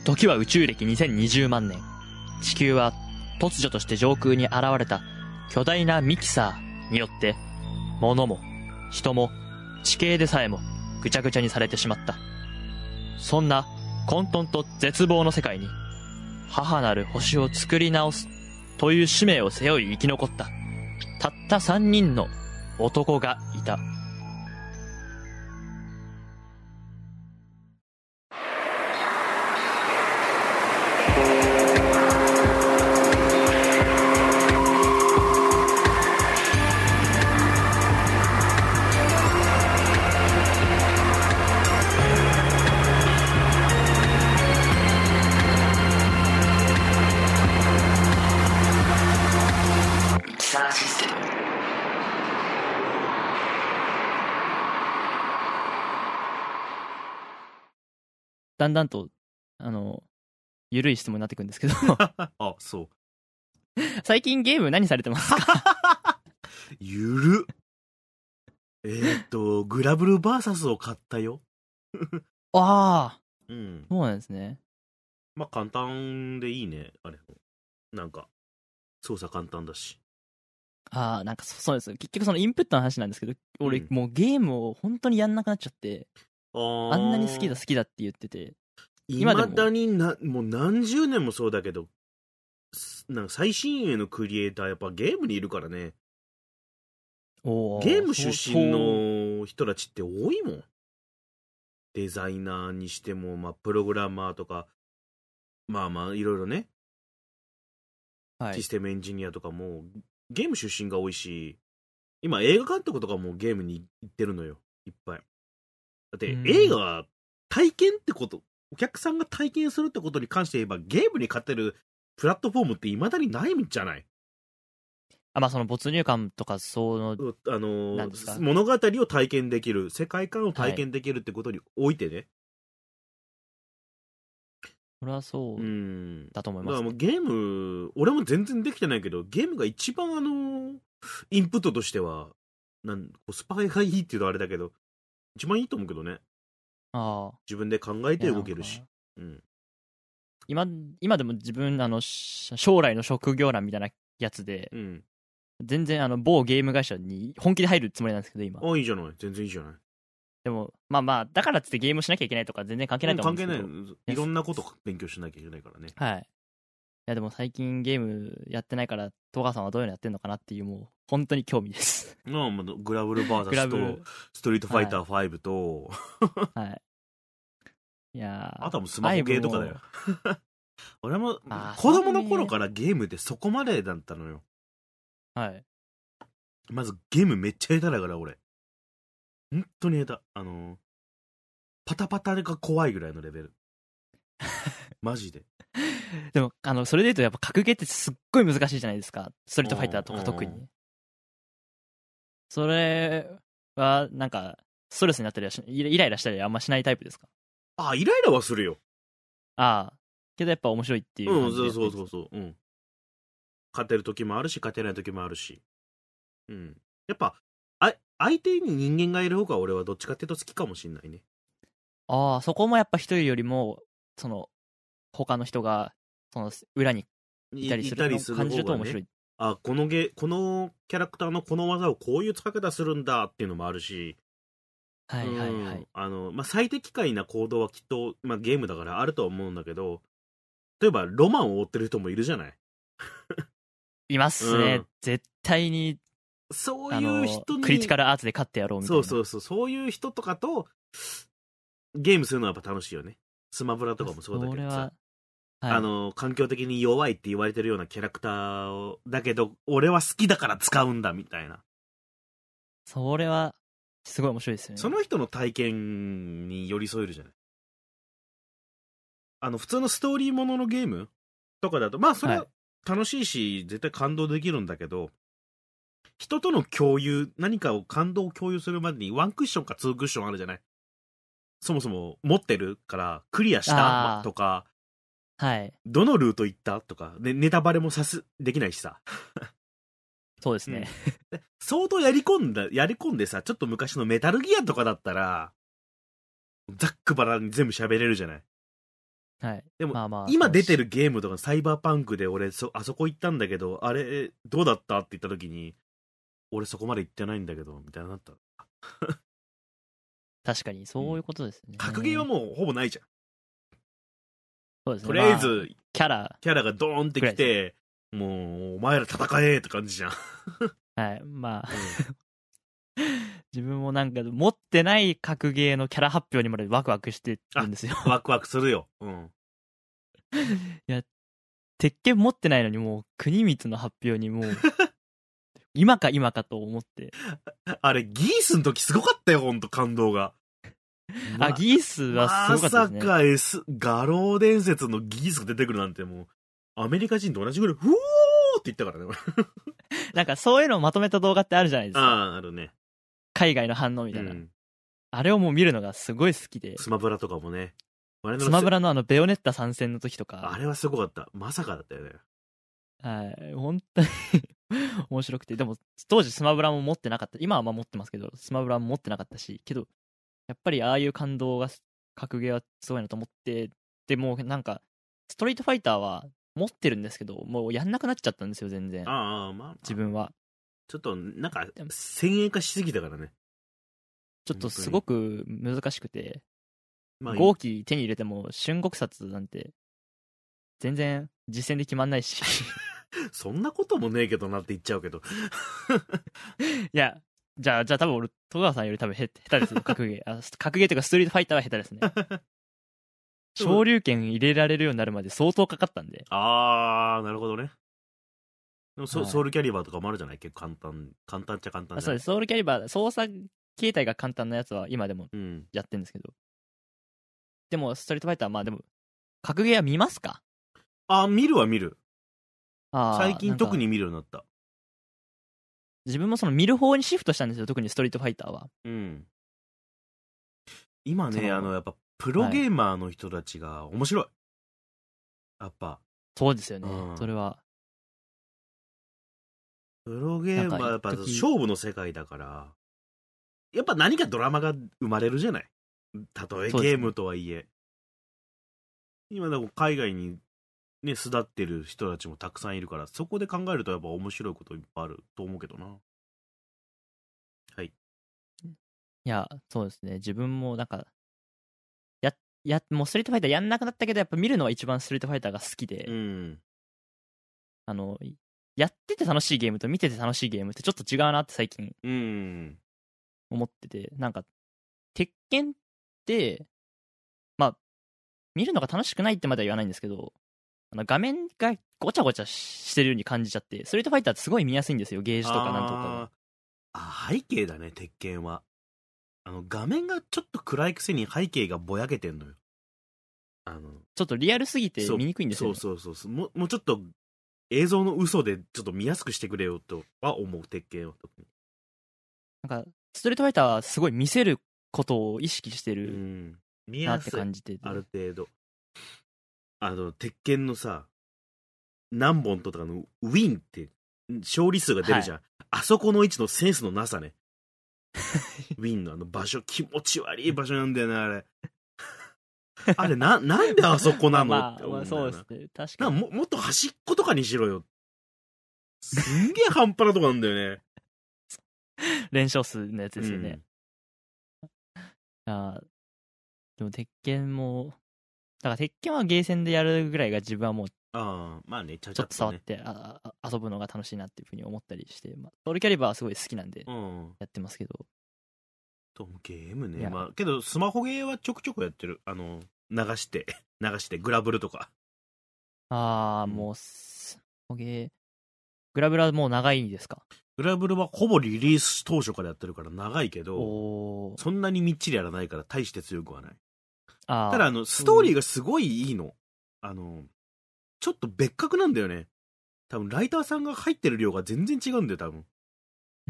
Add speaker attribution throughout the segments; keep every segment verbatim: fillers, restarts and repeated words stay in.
Speaker 1: 時は宇宙歴にせんにじゅうまんねん。地球は突如として上空に現れた巨大なミキサーによって、物も人も地形でさえもぐちゃぐちゃにされてしまった。そんな混沌と絶望の世界に、母なる星を作り直すという使命を背負い生き残ったたった三人の男がいた。だんだんとあの緩い質問になってくるんですけど
Speaker 2: あ、そう
Speaker 1: 最近ゲーム何されてますか？
Speaker 2: ゆるえー、っとグラブルバーサスを買ったよ
Speaker 1: ああ、
Speaker 2: うん、
Speaker 1: そうなんですね。
Speaker 2: まあ簡単でいいね。あれなんか操作簡単だし。
Speaker 1: ああ、なんかそそうです。結局そのインプットの話なんですけど、俺、
Speaker 2: うん、
Speaker 1: もうゲームを本当にやんなくなっちゃって、
Speaker 2: あ
Speaker 1: あんなに好きだ好きだって言ってて、
Speaker 2: いまだになもう何十年もそうだけど、なんか最新鋭のクリエイターやっぱゲームにいるからね。
Speaker 1: お
Speaker 2: ゲーム出身の人たちって多いもん。デザイナーにしても、まあ、プログラマーとか、まあまあいろいろね、はい、システムエンジニアとかもゲーム出身が多いし、今映画監督とかもゲームに行ってるのよ、いっぱい。だって映画は体験ってこと、お客さんが体験するってことに関して言えばゲームに勝てるプラットフォームっていまだにないんじゃない？
Speaker 1: あ、まあその没入感とかその、
Speaker 2: あのー、物語を体験できる、世界観を体験できるってことにおいてね、はい、
Speaker 1: それはそうだと思います、ね。
Speaker 2: だからもうゲーム、俺も全然できてないけど、ゲームが一番あのー、インプットとしてはなんコスパがいいっていうとあれだけど、一番いいと思うけどね。
Speaker 1: ああ、
Speaker 2: 自分で考えて動けるし、うん、
Speaker 1: 今今でも自分あの将来の職業欄みたいなやつで、うん、全然あの某ゲーム会社に本気で入るつもりなんですけど今。
Speaker 2: あ、いいじゃない、全然いいじゃない。
Speaker 1: でもまあまあだからっつってゲームしなきゃいけないとか全然関係ないと思うんですけど、
Speaker 2: うん、関係ない。いろんなこと勉強しなきゃいけないからね。
Speaker 1: はい。いやでも最近ゲームやってないから戸川さんはどういうのやってんのかなっていう、もう本当に興味です。
Speaker 2: まあグラブルバーサスとストリートファイターファイブと、
Speaker 1: はい、はい、いや
Speaker 2: あとはもうスマホゲーとかだよ。俺も子供の頃からゲームってそこまでだったのよ。
Speaker 1: はい。
Speaker 2: まずゲームめっちゃ下手だから俺。本当に下手。あのー、パタパタが怖いぐらいのレベル。マジで。
Speaker 1: でもあのそれで言うとやっぱ格ゲーってすっごい難しいじゃないですか。ストリートファイターとか特に。それはなんかストレスになったりはしイライラしたりはあんましないタイプですか？
Speaker 2: あ、イライラはするよ。
Speaker 1: ああ、けどやっぱ面白いっていう感じで。
Speaker 2: うん、そうそうそうそう。うん。勝てる時もあるし、勝てない時もあるし。うん。やっぱ、あ、相手に人間がいる方が俺はどっちかっていうと好きかもしんないね。
Speaker 1: ああ、そこもやっぱ一人よりも、その、他の人が、その、裏にいたりするのを感じると面白い。
Speaker 2: あ、このゲ、このキャラクターのこの技をこういう使い方するんだっていうのもあるし。
Speaker 1: はいはいはい。
Speaker 2: あの、まあ、最適解な行動はきっと、まあ、ゲームだからあるとは思うんだけど、例えばロマンを追ってる人もいるじゃない。
Speaker 1: いますね、うん、絶対に。
Speaker 2: そういう人に
Speaker 1: クリティカルアーツで勝ってやろうみたいな。
Speaker 2: そうそうそう、そういう人とかとゲームするのはやっぱ楽しいよね。スマブラとかもそうだけどさ、はい、あの環境的に弱いって言われてるようなキャラクターをだけど俺は好きだから使うんだみたいな。
Speaker 1: それはすごい面白いですよね。
Speaker 2: その人の体験に寄り添えるじゃない。あの普通のストーリーもののゲームとかだとまあそれは楽しいし、はい、絶対感動できるんだけど、人との共有、何かを感動を共有するまでにワンクッションかツークッションあるじゃない。そもそも持ってるからクリアしたとか、
Speaker 1: はい、
Speaker 2: どのルート行ったとか、ね、ネタバレもさすできないしさ。
Speaker 1: そうですね、
Speaker 2: うん、相当やり込んだやり込んでさ、ちょっと昔のメタルギアとかだったらざっくばらんに全部喋れるじゃない。
Speaker 1: はい。
Speaker 2: でも、
Speaker 1: まあまあ、
Speaker 2: 今出てるゲームとか、サイバーパンクで俺そ、あそこ行ったんだけど、あれ、どうだったって言った時に、俺そこまで行ってないんだけど、みたいななった。
Speaker 1: 確かに、そういうことですね。うん、
Speaker 2: 格ゲーはもうほぼないじゃん。
Speaker 1: そうですね。
Speaker 2: とりあえず、まあ、
Speaker 1: キャラ。
Speaker 2: キャラがドーンってきて、もう、お前ら戦えって感じじゃん。
Speaker 1: はい、まあ、うん、自分もなんか、持ってない格ゲーのキャラ発表にまでワクワクしてるんですよ。
Speaker 2: ワクワクするよ。うん。
Speaker 1: いや、鉄拳持ってないのにもう、国光の発表にもう、今か今かと思って。
Speaker 2: あれ、ギースの時すごかったよ、ほんと感動が。
Speaker 1: ま、あ、ギースはすごかったですね。
Speaker 2: まさか S、画廊伝説のギースが出てくるなんてもう、アメリカ人と同じぐらい、ふおーって言ったからね。
Speaker 1: なんかそういうのをまとめた動画ってあるじゃないですか。
Speaker 2: ああ、あるね。
Speaker 1: 海外の反応みたいな。
Speaker 2: うん、
Speaker 1: あれをもう見るのがすごい好きで。
Speaker 2: スマブラとかもね。
Speaker 1: スマブラのあの、ベヨネッタ参戦の時とか。
Speaker 2: あれはすごかった。まさかだったよね。
Speaker 1: はい。本当に面白くて。でも、当時スマブラも持ってなかった。今はまあ持ってますけど、スマブラも持ってなかったし、けど、やっぱりああいう感動が、格ゲーはすごいなと思って、でもなんか、ストリートファイターは持ってるんですけど、もうやんなくなっちゃったんですよ、全然。
Speaker 2: ああ、まあ、まあ、
Speaker 1: 自分は。
Speaker 2: ちょっと、なんか、先鋭化しすぎたからね。
Speaker 1: ちょっとすごく難しくて、
Speaker 2: まあ、
Speaker 1: 号機手に入れても、春国殺なんて、全然実戦で決まんないし。
Speaker 2: そんなこともねえけどなって言っちゃうけど。
Speaker 1: いや、じゃあ、じゃあ多分俺、戸川さんより多分へ下手ですよ、格ゲー。あ、格ゲーというかストリートファイターは下手ですね。昇竜拳入れられるようになるまで相当かかったんで。
Speaker 2: あー、なるほどね。でも、はい、ソウルキャリバーとかもあるじゃない、結構簡単。簡単っちゃ簡単じゃない。
Speaker 1: そうです、ソウルキャリバー、操作形態が簡単なやつは今でもやってるんですけど。うん、でも、ストリートファイターはまあでも、格ゲーは見ますか？
Speaker 2: あ、見るは見る。
Speaker 1: あ、
Speaker 2: 最近特に見るようになった。
Speaker 1: 自分もその見る方にシフトしたんですよ、特にストリートファイターは。
Speaker 2: うん。今ね、あの、やっぱ、プロゲーマーの人たちが面白い。はい、やっぱ。
Speaker 1: そうですよね、うん、それは。
Speaker 2: プロゲーマーはやっぱ勝負の世界だから、やっぱ何かドラマが生まれるじゃない。たとえゲームとはいえ。ね、今でも海外にね、巣立ってる人たちもたくさんいるから、そこで考えるとやっぱ面白いこといっぱいあると思うけどな。はい。
Speaker 1: いや、そうですね。自分もなんか、や、や、もうストリートファイターやんなくなったけど、やっぱ見るのは一番ストリートファイターが好きで、
Speaker 2: うん、
Speaker 1: あの、やってて楽しいゲームと見てて楽しいゲームってちょっと違うなって最近、思ってて、なんか、鉄拳って、まあ、見るのが楽しくないってまでは言わないんですけど、あの画面がごちゃごちゃしてるように感じちゃって、ストリートファイターってすごい見やすいんですよ、ゲージとかなんとかが。
Speaker 2: あ、背景だね、鉄拳は。あの、画面がちょっと暗いくせに背景がぼやけてんのよ。あの、
Speaker 1: ちょっとリアルすぎて見にくいんですよね。
Speaker 2: そうそうそうそう。もう、もうちょっと、映像の嘘でちょっと見やすくしてくれよとは思う、鉄拳は特に。
Speaker 1: なんか、ストリートファイターはすごい見せることを意識してるなって感じてて。
Speaker 2: ある程度。あの、鉄拳のさ、何本とかのウィンって勝利数が出るじゃん。はい、あそこの位置のセンスのなさね。ウィンのあの場所、気持ち悪い場所なんだよね、あれ。あれ、な、なんであそこなの、まあ、って思うんだよな。まあ、そうですね。確かに。も、もっと端っことかにしろよ。すんげえ半端なとこなんだよね。
Speaker 1: 連勝数のやつですよね。うん、あでも、鉄拳も、だから鉄拳はゲーセンでやるぐらいが自分はもう、
Speaker 2: あまあね、ちゃ
Speaker 1: ちょっと触ってああ遊ぶのが楽しいなっていうふうに思ったりして、まあ、ソウルキャリバーはすごい好きなんで、やってますけど。
Speaker 2: とゲームね。まあ、けど、スマホゲーはちょくちょくやってる。あの、流して、流して、グラブルとか。
Speaker 1: ああ、うん、もう、スマホゲー、グラブルはもう長いですか？
Speaker 2: グラブルはほぼリリース当初からやってるから長いけど、そんなにみっちりやらないから大して強くはない。あただ、あの、ストーリーがすごいいいの。あの、ちょっと別格なんだよね。多分、ライターさんが入ってる量が全然違うんだよ、多分。
Speaker 1: うん。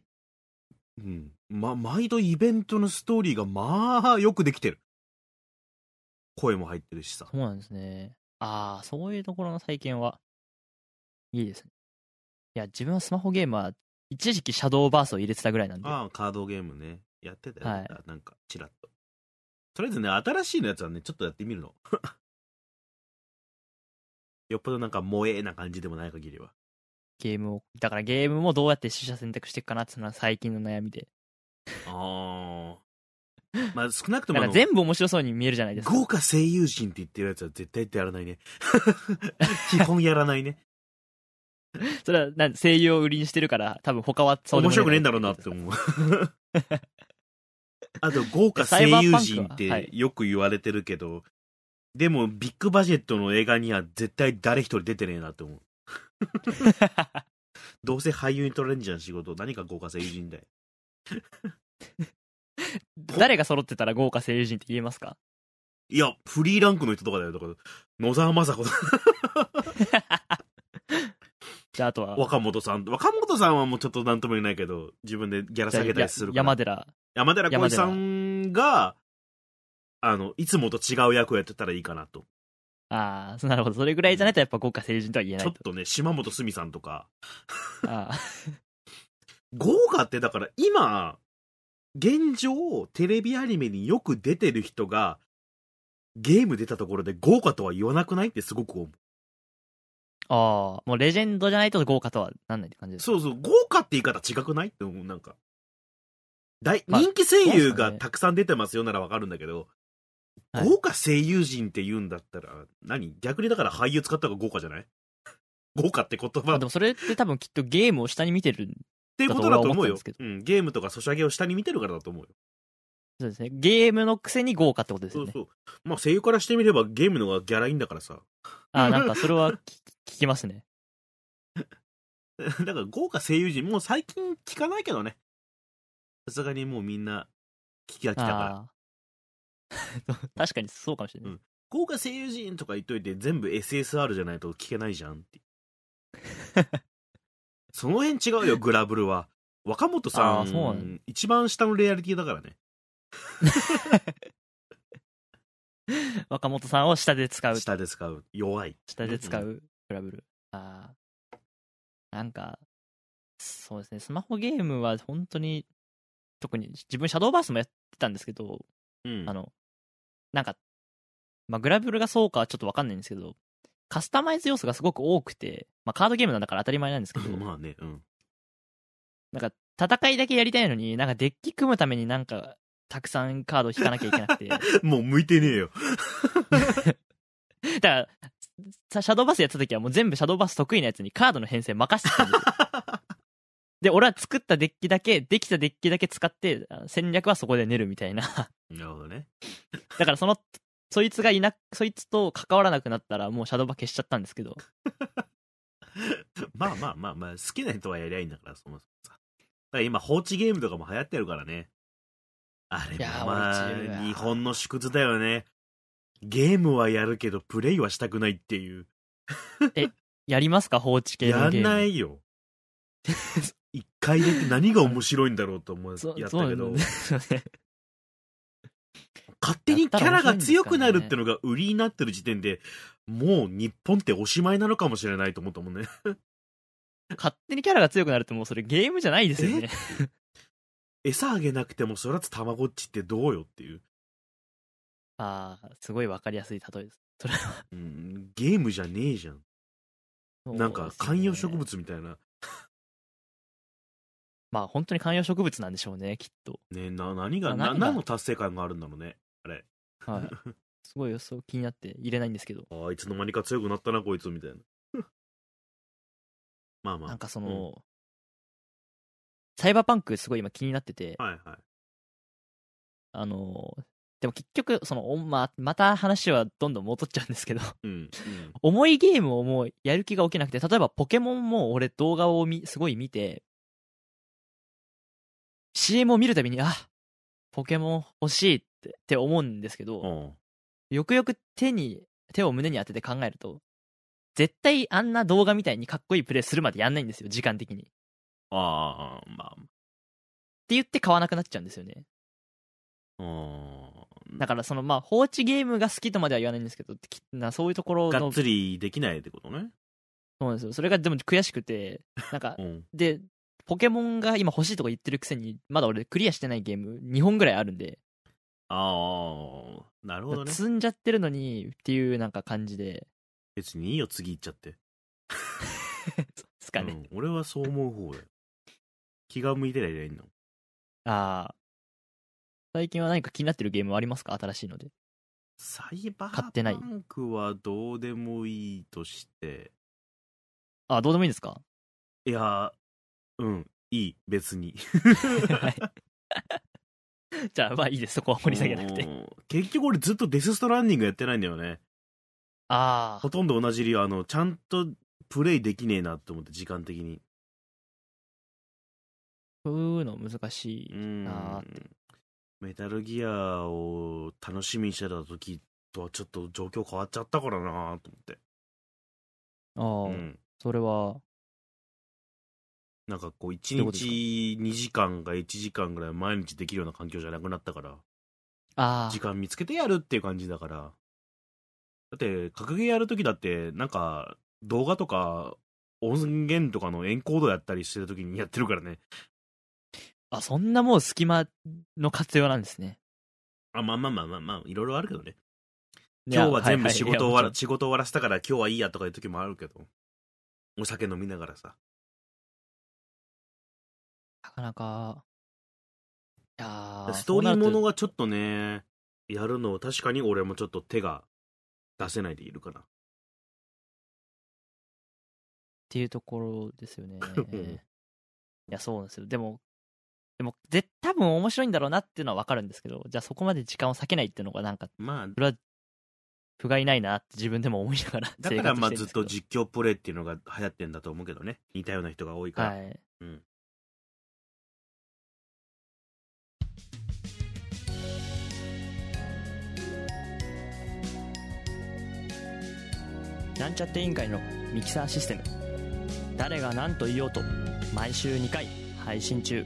Speaker 2: うん。ま、毎度イベントのストーリーがまあ、よくできてる。声も入ってるしさ。
Speaker 1: そうなんですね。ああ、そういうところの体験はいいですね。いや、自分はスマホゲームは一時期シャドーバースを入れてたぐらいなんで。
Speaker 2: ああ、カードゲームね。やってたよ、はい、なんか、チラッと。とりあえずね、新しいのやつはね、ちょっとやってみるの。 よっぽどなんか萌えな感じでもない限りは。
Speaker 1: ゲームを、だからゲームもどうやって取捨選択していくかなっていうのは最近の悩みで。
Speaker 2: ああ。まあ少なくとも
Speaker 1: だから全部面白そうに見えるじゃないですか。
Speaker 2: 豪華声優陣って言ってるやつは絶対ってやらないね。基本やらないね。
Speaker 1: それはなん声優を売りにしてるから多分他はそうでも
Speaker 2: 面白くねえんだろうなって思う。あと豪華声優陣ってよく言われてるけど、はい、でもビッグバジェットの映画には絶対誰一人出てねえなって思う。どうせ俳優に取れんじゃん仕事、何か豪華声優陣で。
Speaker 1: 誰が揃ってたら豪華声優陣って言えますか？
Speaker 2: いやフリーランクの人とかだよ。だから野沢雅子
Speaker 1: じゃああとは
Speaker 2: 若本さん。若本さんはもうちょっとなんとも言えないけど、自分でギャラ下げたりするから。
Speaker 1: 山寺
Speaker 2: 山寺浩一さんがあのいつもと違う役をやってたらいいかなと。
Speaker 1: ああ、なるほど。それぐらいじゃないとやっぱ豪華声優陣とは言えないと。
Speaker 2: ちょっとね、島本すみさんとか
Speaker 1: あ
Speaker 2: 豪華ってだから今現状テレビアニメによく出てる人がゲーム出たところで豪華とは言わなくないってすごく思う。
Speaker 1: ああ、もうレジェンドじゃないと豪華とはなんないって感じですか？
Speaker 2: そうそう、豪華って言い方違くないって思う。なんか大、まあ、人気声優がたくさん出てますよならわかるんだけど、はい、豪華声優陣って言うんだったら何、逆にだから俳優使った方が豪華じゃない？豪華って言葉。
Speaker 1: でもそれって多分きっとゲームを下に見てる
Speaker 2: っていうことだと思うよ。うん、ゲームとかソシャゲを下に見てるからだと思うよ。
Speaker 1: そうですね。ゲームのくせに豪華ってことですよね。
Speaker 2: そうそう。まあ声優からしてみればゲームの方がギャラいいんだからさ。
Speaker 1: ああ、なんかそれは聞きますね。
Speaker 2: だから豪華声優陣もう最近聞かないけどね。さすがにもうみんな聞きが来たから。
Speaker 1: 確かにそうかもしれない。うん、
Speaker 2: 豪華声優陣とか言っといて全部 エスエスアール じゃないと聞けないじゃんって。その辺違うよ、グラブルは。若本さん、一番下のレアリティだからね。
Speaker 1: 若本さんを下で使う。
Speaker 2: 下で使う。弱い。
Speaker 1: 下で使うグラブル。ああ。なんか、そうですね、スマホゲームは本当に、特に自分、シャドーバースもやってたんですけど、うん、あの、なんか、まあ、グラブルがそうかはちょっと分かんないんですけど、カスタマイズ要素がすごく多くて、まあ、カードゲームなんだから当たり前なんですけど、
Speaker 2: まあね、うん。
Speaker 1: なんか、戦いだけやりたいのに、なんかデッキ組むためになんか、たくさんカード引かなきゃいけなくて。
Speaker 2: もう向いてねえよ。
Speaker 1: だから、シャドーバスやった時はもう全部シャドーバス得意なやつにカードの編成任せてたんですよ。で、俺は作ったデッキだけ、できたデッキだけ使って、戦略はそこで練るみたいな。
Speaker 2: なるほどね。
Speaker 1: だからその、そいつがいな、そいつと関わらなくなったらもうシャドーバ消しちゃったんですけど。
Speaker 2: まあまあまあまあ、好きな人はやりゃいいんだから、そもそもさ。だから今、放置ゲームとかも流行ってるからね。あれもまあ、日本の縮図だよね。ゲームはやるけど、プレイはしたくないっていう。
Speaker 1: え、やりますか放置系のゲーム。
Speaker 2: やんないよ。一回出て何が面白いんだろうと思うやったけど。勝手にキャラが強くなるってのが売りになってる時点で、もう日本っておしまいなのかもしれないと思ったもんね。
Speaker 1: 勝手にキャラが強くなるってもうそれゲームじゃないですよね。
Speaker 2: 餌あげなくても育つたまごっちってどうよっていう。
Speaker 1: ああ、すごい分かりやすい例えです。それは、
Speaker 2: うん、ゲームじゃねえじゃん。ね、なんか観葉植物みたいな。
Speaker 1: まあ本当に観葉植物なんでしょうね、きっと。
Speaker 2: ね、な何が、な何の達成感があるんだろうね、あれ。
Speaker 1: はい。すごいそう気になって入れないんですけど。
Speaker 2: あいつの間にか強くなったなこいつみたいな。まあまあ。
Speaker 1: なんかその、うん、サイバーパンクすごい今気になってて。
Speaker 2: はいはい。
Speaker 1: あのでも結局その、ま、また話はどんどん戻っちゃうんですけど、
Speaker 2: うんうん、
Speaker 1: 重いゲームをもうやる気が起きなくて、例えばポケモンも俺動画をみすごい見て シーエム を見るたびにあポケモン欲しいって、って思うんですけど、うん、よくよく手に手を胸に当てて考えると絶対あんな動画みたいにかっこいいプレイするまでやんないんですよ、時間的に。
Speaker 2: ああ、まあ
Speaker 1: って言って買わなくなっちゃうんですよね。だからそのまあ放置ゲームが好きとまでは言わないんですけど、なそういうところの
Speaker 2: がっつりできないってことね。
Speaker 1: そうなんですよ。それがでも悔しくて、なんか、うん、でポケモンが今欲しいとか言ってるくせにまだ俺クリアしてないゲームにほんぐらいあるんで、
Speaker 2: ああなるほどね。
Speaker 1: 積んじゃってるのにっていうなんか感じで、
Speaker 2: 別にいいよ、次行っちゃって。
Speaker 1: そうですかね、うん。
Speaker 2: 俺はそう思う方だよ。気が向いてりゃいいの。
Speaker 1: ああ。最近は何か気になってるゲームはありますか？新しいので。
Speaker 2: サイバーパンクはどうでもいいとして。
Speaker 1: あ、どうでもいいですか？
Speaker 2: いや、うん、いい、別に。
Speaker 1: はい。じゃあ、まあいいです、そこは掘り下げなくて。
Speaker 2: 結局俺ずっとデスストランディングやってないんだよね。
Speaker 1: ああ。
Speaker 2: ほとんど同じ理由、あの、ちゃんとプレイできねえなって思って、時間的に。
Speaker 1: そういうの難しいなーって。
Speaker 2: メタルギアを楽しみにしてた時とはちょっと状況変わっちゃったからなと思って。
Speaker 1: ああ、うん、それは。
Speaker 2: なんかこう、いちにちにじかんがいちじかんぐらい毎日できるような環境じゃなくなったから。
Speaker 1: ああ。
Speaker 2: 時間見つけてやるっていう感じだから。だって、格ゲーやるときだって、なんか、動画とか、音源とかのエンコードやったりしてるときにやってるからね。
Speaker 1: あ、そんなもう隙間の活用なんですね。
Speaker 2: あ、まあまあまあまあまあ、いろいろあるけどね。今日は全部仕事終わら、はいはい、仕事終わらせたから今日はいいやとかいう時もあるけど。お酒飲みながらさ。
Speaker 1: なかなか。いや
Speaker 2: ストーリーものがちょっとね、やるの確かに俺もちょっと手が出せないでいるかな。
Speaker 1: っていうところですよね。いや、そうなんですよ。でも、でも、絶多分面白いんだろうなっていうのは分かるんですけど、じゃあそこまで時間を割けないっていうのがなんか、
Speaker 2: まあ、
Speaker 1: それは、不甲斐ないなって自分でも思いながら
Speaker 2: だからまあずっと実況プレイっていうのが流行ってんだと思うけどね。似たような人が多いから。はい。うん。
Speaker 1: なんちゃって委員会のミキサーシステム。誰が何と言おうと毎週にかい配信中。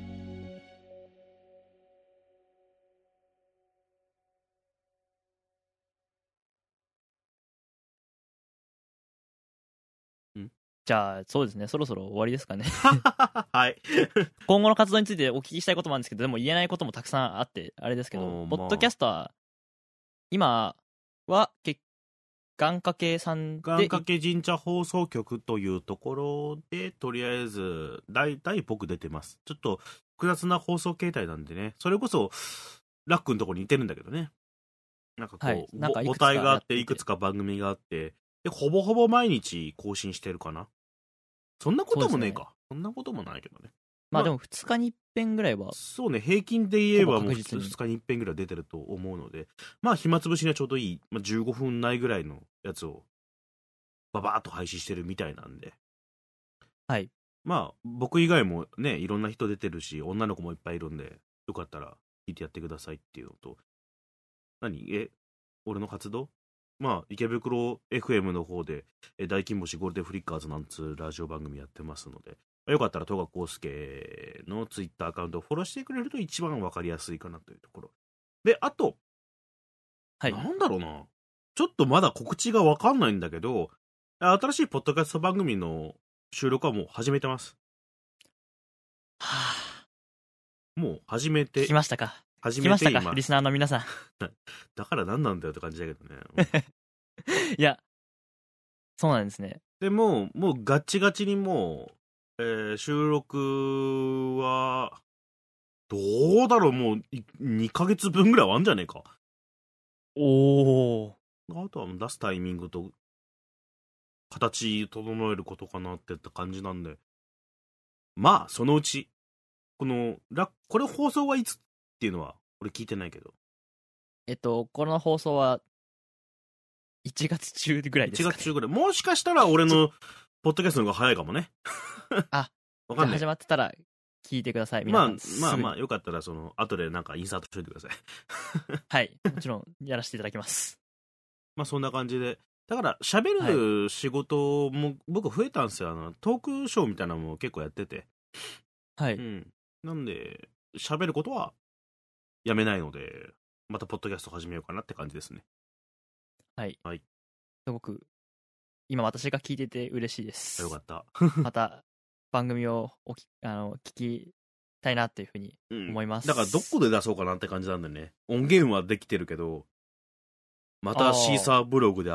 Speaker 1: じゃあそうですね、そろそろ終わりですかね。
Speaker 2: はい
Speaker 1: 今後の活動についてお聞きしたいこともあるんですけど、でも言えないこともたくさんあってあれですけど、ポッドキャストは今は結願掛けさんで
Speaker 2: 願掛け神社放送局というところでとりあえず大体僕出てます。ちょっと複雑な放送形態なんでね、それこそラックのところに似てるんだけどね。なんかこう、はい、なんか母体があっていくつか番組があってでほぼほぼ毎日更新してるかな。そんなこともねえか そ,、ね、そんなこともないけどね。
Speaker 1: まあでもふつかにいっぺんぐらいは、
Speaker 2: そうね、平均で言えばもうふつかにいっぺんぐらい出てると思うので、まあ暇つぶしにはちょうどいい、まあ、じゅうごふん内ぐらいのやつをババーっと配信してるみたいなんで、
Speaker 1: はい、
Speaker 2: まあ僕以外もねいろんな人出てるし女の子もいっぱいいるんで、よかったら聞いてやってくださいっていうのと、何え俺の活動、まあ池袋 エフエム の方で大金星ゴールデンフリッカーズなんつうラジオ番組やってますので、よかったら戸川浩介のツイッターアカウントをフォローしてくれると一番わかりやすいかなというところで、あと、はい、なんだろうな、ちょっとまだ告知がわかんないんだけど、新しいポッドキャスト番組の収録はもう始めてます。はぁ、もう始めて。
Speaker 1: 聞きましたか？
Speaker 2: 始
Speaker 1: めて聞きましたかリスナーの皆さん。
Speaker 2: だから何なんだよって感じだけどね。
Speaker 1: いや、そうなんですね。
Speaker 2: でも、もうガッチガチにもう、えー、収録は、どうだろう、もうにかげつぶんぐらいはあんじゃねえか。
Speaker 1: おー。
Speaker 2: あとは出すタイミングと、形整えることかなっていった感じなんで。まあ、そのうち、この、これ放送はいつっていうのは、俺聞いてないけど。
Speaker 1: えっと、この放送はいちがつ中ぐらいですかね。
Speaker 2: いちがつ中ぐらい。もしかしたら俺のポッドキャストの方が早いかもね。
Speaker 1: あ、わかんない。始まってたら聞いてください。皆さん。
Speaker 2: まあまあまあ、よかったらその後でなんかインサートしといてください。
Speaker 1: はい、もちろんやらせていただきます。
Speaker 2: まあそんな感じで。だから喋る仕事も僕増えたんですよ。あのトークショーみたいなのも結構やってて。
Speaker 1: はい。
Speaker 2: うん。なんで喋ることはやめないので、またポッドキャスト始めようかなって感じですね。
Speaker 1: はい。
Speaker 2: はい。
Speaker 1: すごく今私が聞いてて嬉しいです。
Speaker 2: よかった。
Speaker 1: また番組をおきあの聞きたいなっていうふうに思います、
Speaker 2: うん。だからどこで出そうかなって感じなんでね。音源はできてるけど、またシーサーブログで上げ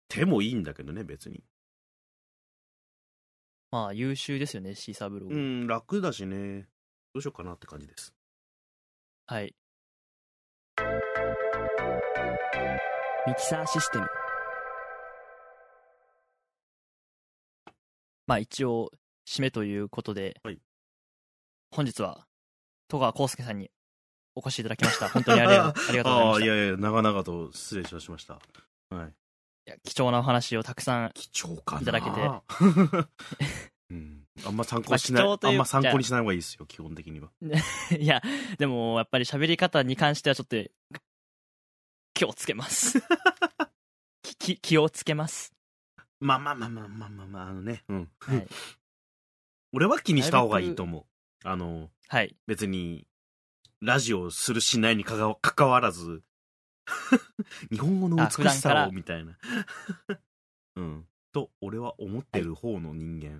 Speaker 2: てもいいんだけどね、別に。
Speaker 1: まあ、優秀ですよね、シーサーブログ。
Speaker 2: うん、楽だしね。どうしようかなって感じです。
Speaker 1: はい。ミキサーシステム。まあ一応、締めということで、
Speaker 2: はい、
Speaker 1: 本日は、戸川浩介さんにお越しいただきました。本当にありがありがとうございました。ああ、い
Speaker 2: やいや、長々と失礼しました。はい。
Speaker 1: いや、貴重なお話をたくさん
Speaker 2: 貴重かない
Speaker 1: ただけて。
Speaker 2: うん、あんま参考しない、まあ、あんま参考にしない方がいいですよ、基本的には。
Speaker 1: いや、でもやっぱり喋り方に関してはちょっと気をつけます。気, 気をつけます。
Speaker 2: まあまあまあまあまあまあまあ、あのね、うん。はい、俺は気にした方がいいと思う。あの、はい、別に、ラジオするしないにかかかかわらず、日本語の美しさをみたいな。うん。と、俺は思ってる方の人間。はい、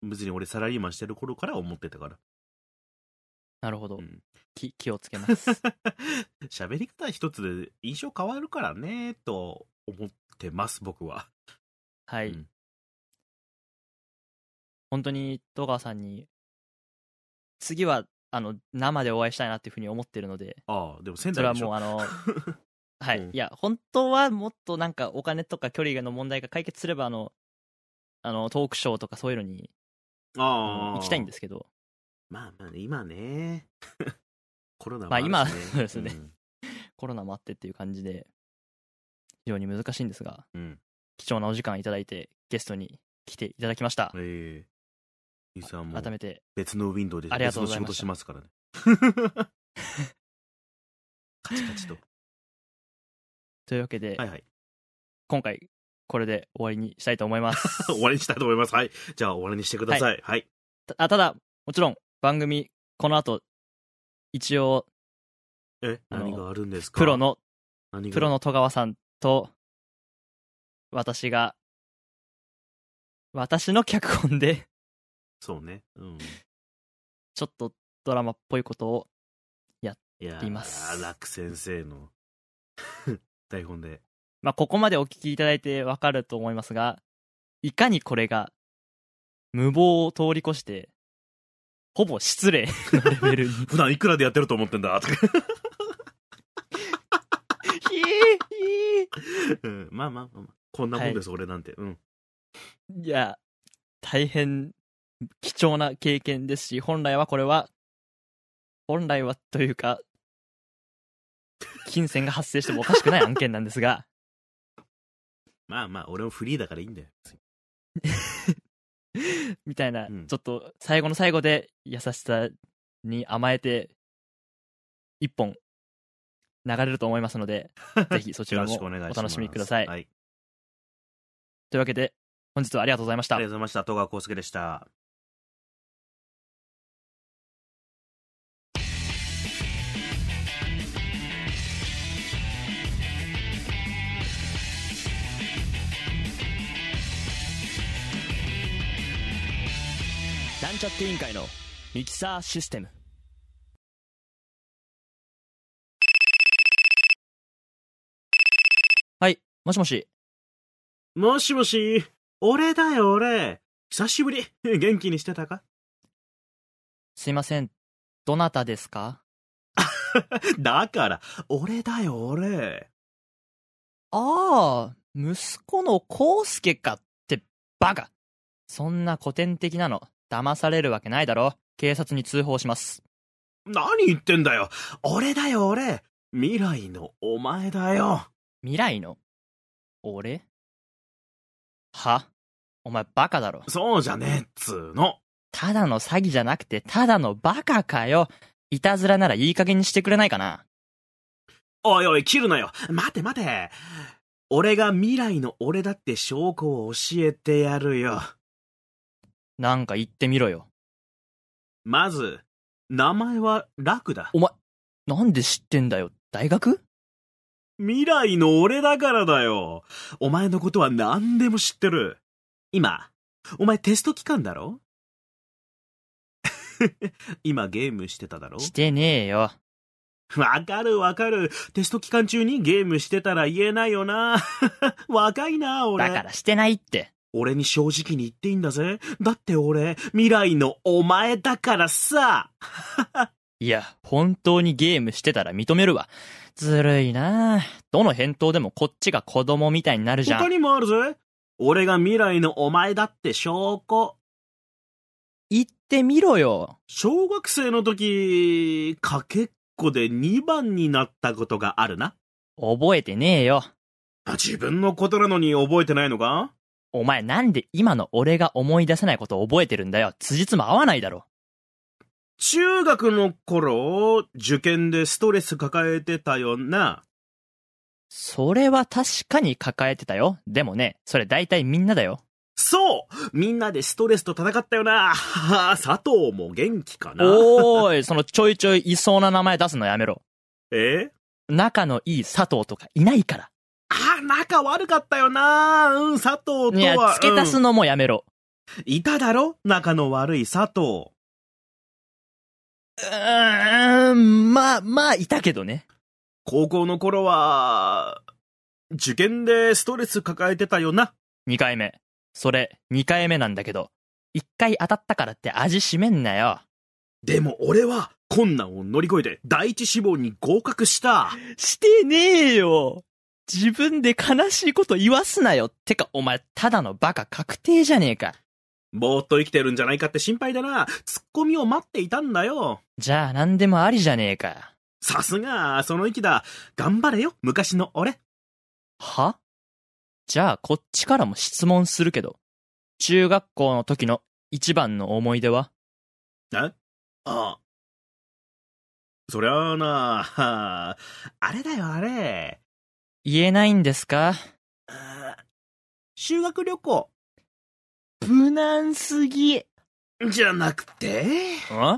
Speaker 2: 別に俺サラリーマンしてる頃から思ってたから。
Speaker 1: なるほど。うん、気, 気をつけます。
Speaker 2: 喋り方一つで印象変わるからね、と思ってます、僕は。
Speaker 1: はい。うん、本当に戸川さんに、次は、あの、生でお会いしたいなっていうふうに思ってるので。
Speaker 2: ああ、でも仙台でしょ。
Speaker 1: それはもうあの、はい、うん。いや、本当はもっとなんかお金とか距離の問題が解決すれば、あの、あの、トークショーとかそういうのに、ああ行きたいんですけど。
Speaker 2: まあまあね、今ね。コロナ
Speaker 1: もあるしね。まあ今、そうですね、うん。コロナもあってっていう感じで、非常に難しいんですが、うん、貴重なお時間いただいて、ゲストに来ていただきました。え
Speaker 2: えー。さんも
Speaker 1: 改めて、
Speaker 2: 別のウィンドウで別の仕事しますからね。カチカチと。
Speaker 1: というわけで、
Speaker 2: はいはい、
Speaker 1: 今回、これで終わりにしたいと思います。
Speaker 2: 終わりにしたいと思います。はい。じゃあ終わりにしてください。はい。はい、
Speaker 1: た, ただ、もちろん、番組、この後、一応、
Speaker 2: え、何があるんですか？
Speaker 1: プロの、プロの戸川さんと、私が、私の脚本で、
Speaker 2: そうね。うん。
Speaker 1: ちょっとドラマっぽいことをやっています。
Speaker 2: いやー、楽先生の台本で。
Speaker 1: まあ、ここまでお聞きいただいてわかると思いますが、いかにこれが、無謀を通り越して、ほぼ失礼のレベルに。
Speaker 2: 普段いくらでやってると思ってんだとか。
Speaker 1: ひーひ
Speaker 2: ー、うん、まあまあまあ、こんなもんです、はい、俺なんて。うん。
Speaker 1: いや、大変貴重な経験ですし、本来はこれは、本来はというか、金銭が発生してもおかしくない案件なんですが。
Speaker 2: まあまあ、俺もフリーだからいいんだよ。
Speaker 1: みたいな、うん、ちょっと最後の最後で優しさに甘えて、一本流れると思いますので、ぜひそちらもお楽しみください。はい、というわけで、本日はありがとうございました。
Speaker 2: ありがとうございました。戸川浩介でした。
Speaker 1: なんちゃって委員会のミキサーシステム。はい、もしもし。
Speaker 2: もしもし、俺だよ俺。久しぶり。元気にしてたか？
Speaker 1: すいません、どなたですか？
Speaker 2: だから、俺だよ俺。
Speaker 1: ああ、息子の康介かってバカ。そんな古典的なの騙されるわけないだろ。警察に通報します。
Speaker 2: 何言ってんだよ。俺だよ俺。未来のお前だよ。
Speaker 1: 未来の俺？は？お前バカだろ。
Speaker 2: そうじゃねえっつーの。
Speaker 1: ただの詐欺じゃなくてただのバカかよ。いたずらならいい加減にしてくれないかな。
Speaker 2: おいおい、切るなよ。待て待て。俺が未来の俺だって証拠を教えてやるよ。
Speaker 1: なんか言ってみろよ。
Speaker 2: まず、名前は楽だ。
Speaker 1: お前、なんで知ってんだよ。大学？
Speaker 2: 未来の俺だからだよ。お前のことは何でも知ってる。今、お前テスト期間だろ？今ゲームしてただろ？
Speaker 1: してねえよ。
Speaker 2: わかるわかる。テスト期間中にゲームしてたら言えないよな。若いな、俺。
Speaker 1: だからしてないって。
Speaker 2: 俺に正直に言っていいんだぜ。だって俺、未来のお前だからさ。
Speaker 1: いや、本当にゲームしてたら認めるわ。ずるいな。どの返答でもこっちが子供みたいになるじゃん。
Speaker 2: 他にもあるぜ。俺が未来のお前だって証拠。
Speaker 1: 言ってみろよ。
Speaker 2: 小学生の時、かけっこでにばんになったことがあるな。
Speaker 1: 覚えてねえよ。
Speaker 2: 自分のことなのに覚えてないのか？
Speaker 1: お前なんで今の俺が思い出せないことを覚えてるんだよ。辻褄合わないだろ。
Speaker 2: 中学の頃、受験でストレス抱えてたよな。
Speaker 1: それは確かに抱えてたよ。でもね、それ大体みんなだよ。
Speaker 2: そうみんなでストレスと戦ったよな。佐藤も元気かな。
Speaker 1: おーい、そのちょいちょいいそうな名前出すのやめろ。
Speaker 2: え？
Speaker 1: 仲のいい佐藤とかいないから。
Speaker 2: あ、仲悪かったよな。うん、佐藤とは。
Speaker 1: いや、付け足すのもやめろ。
Speaker 2: うん、いただろ？仲の悪い佐藤。
Speaker 1: うーん、まあ、まあ、いたけどね。
Speaker 2: 高校の頃は、受験でストレス抱えてたよな。
Speaker 1: にかいめ。それ、にかいめなんだけど、いっかい当たったからって味しめんなよ。
Speaker 2: でも俺は、困難を乗り越えて第一志望に合格した。
Speaker 1: してねえよ。自分で悲しいこと言わすなよ。てか、お前、ただのバカ確定じゃねえか。
Speaker 2: ぼーっと生きてるんじゃないかって心配だな。ツッコミを待っていたんだよ。
Speaker 1: じゃあ、なんでもありじゃねえか。
Speaker 2: さすが、その意気だ。頑張れよ、昔の俺。
Speaker 1: は？じゃあ、こっちからも質問するけど、中学校の時の一番の思い出は？
Speaker 2: え？ああ。そりゃあな、あれだよ、あれ。
Speaker 1: 言えないんですか？
Speaker 2: 修学旅行。
Speaker 1: 無難すぎ。
Speaker 2: じゃなくて？
Speaker 1: ん？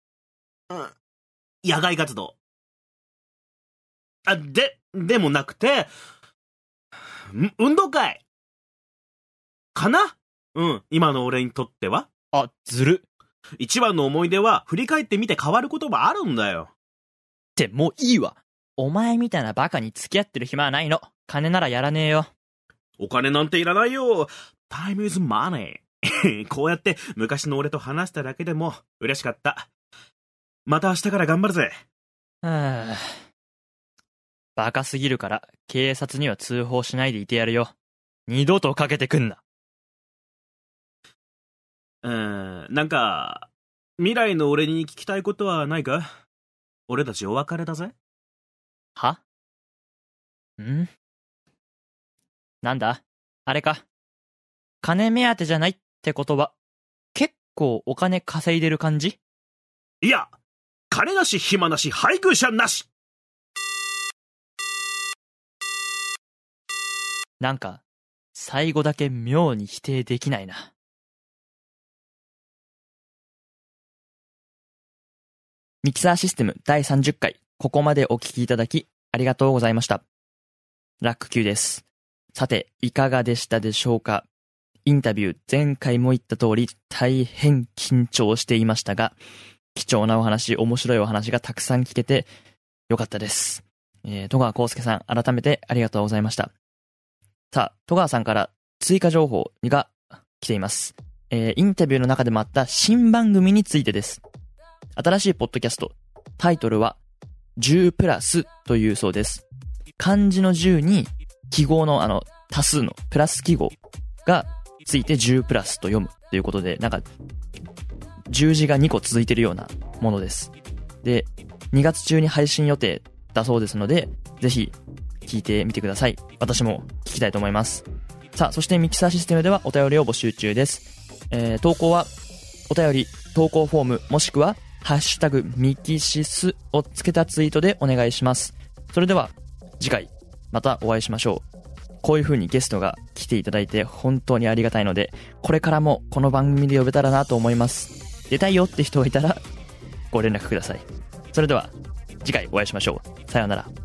Speaker 2: 野外活動。あ、で、でもなくて、運動会かな？うん、今の俺にとっては。
Speaker 1: あ、ずる。
Speaker 2: 一番の思い出は振り返ってみて変わることもあるんだよ。
Speaker 1: ってもういいわ。お前みたいなバカに付き合ってる暇はないの。金ならやらねえよ。
Speaker 2: お金なんていらないよ。Time is money。こうやって昔の俺と話しただけでも嬉しかった。また明日から頑張るぜ。
Speaker 1: はあ、バカすぎるから警察には通報しないでいてやるよ。二度とかけてくんな。
Speaker 2: うーん、なんか未来の俺に聞きたいことはないか？俺たちお別れだぜ。
Speaker 1: は？ん？なんだ？あれか。金目当てじゃないってことは、結構お金稼いでる感じ？
Speaker 2: いや、金なし暇なし配偶者なし。
Speaker 1: なんか、最後だけ妙に否定できないな。ミキサーシステムだいさんじゅっかい、ここまでお聞きいただきありがとうございました。ラック Q です。さて、いかがでしたでしょうか？インタビュー、前回も言った通り大変緊張していましたが、貴重なお話、面白いお話がたくさん聞けてよかったです。えー、戸川康介さん、改めてありがとうございました。さあ、戸川さんから追加情報が来ています。えー、インタビューの中でもあった新番組についてです。新しいポッドキャスト、タイトルはじゅうプラスというそうです。漢字のじゅうに記号のあの多数のプラス記号がついてじゅうプラスと読むということで、なんか十字がにこ続いているようなものです。で、にがつ中に配信予定だそうですので、ぜひ聞いてみてください。私も聞きたいと思います。さあ、そしてミキサーシステムではお便りを募集中です。えー、投稿はお便り投稿フォームもしくはハッシュタグミキシスをつけたツイートでお願いします。それでは次回またお会いしましょう。こういう風にゲストが来ていただいて本当にありがたいので、これからもこの番組で呼べたらなと思います。出たいよって人がいたらご連絡ください。それでは次回お会いしましょう。さようなら。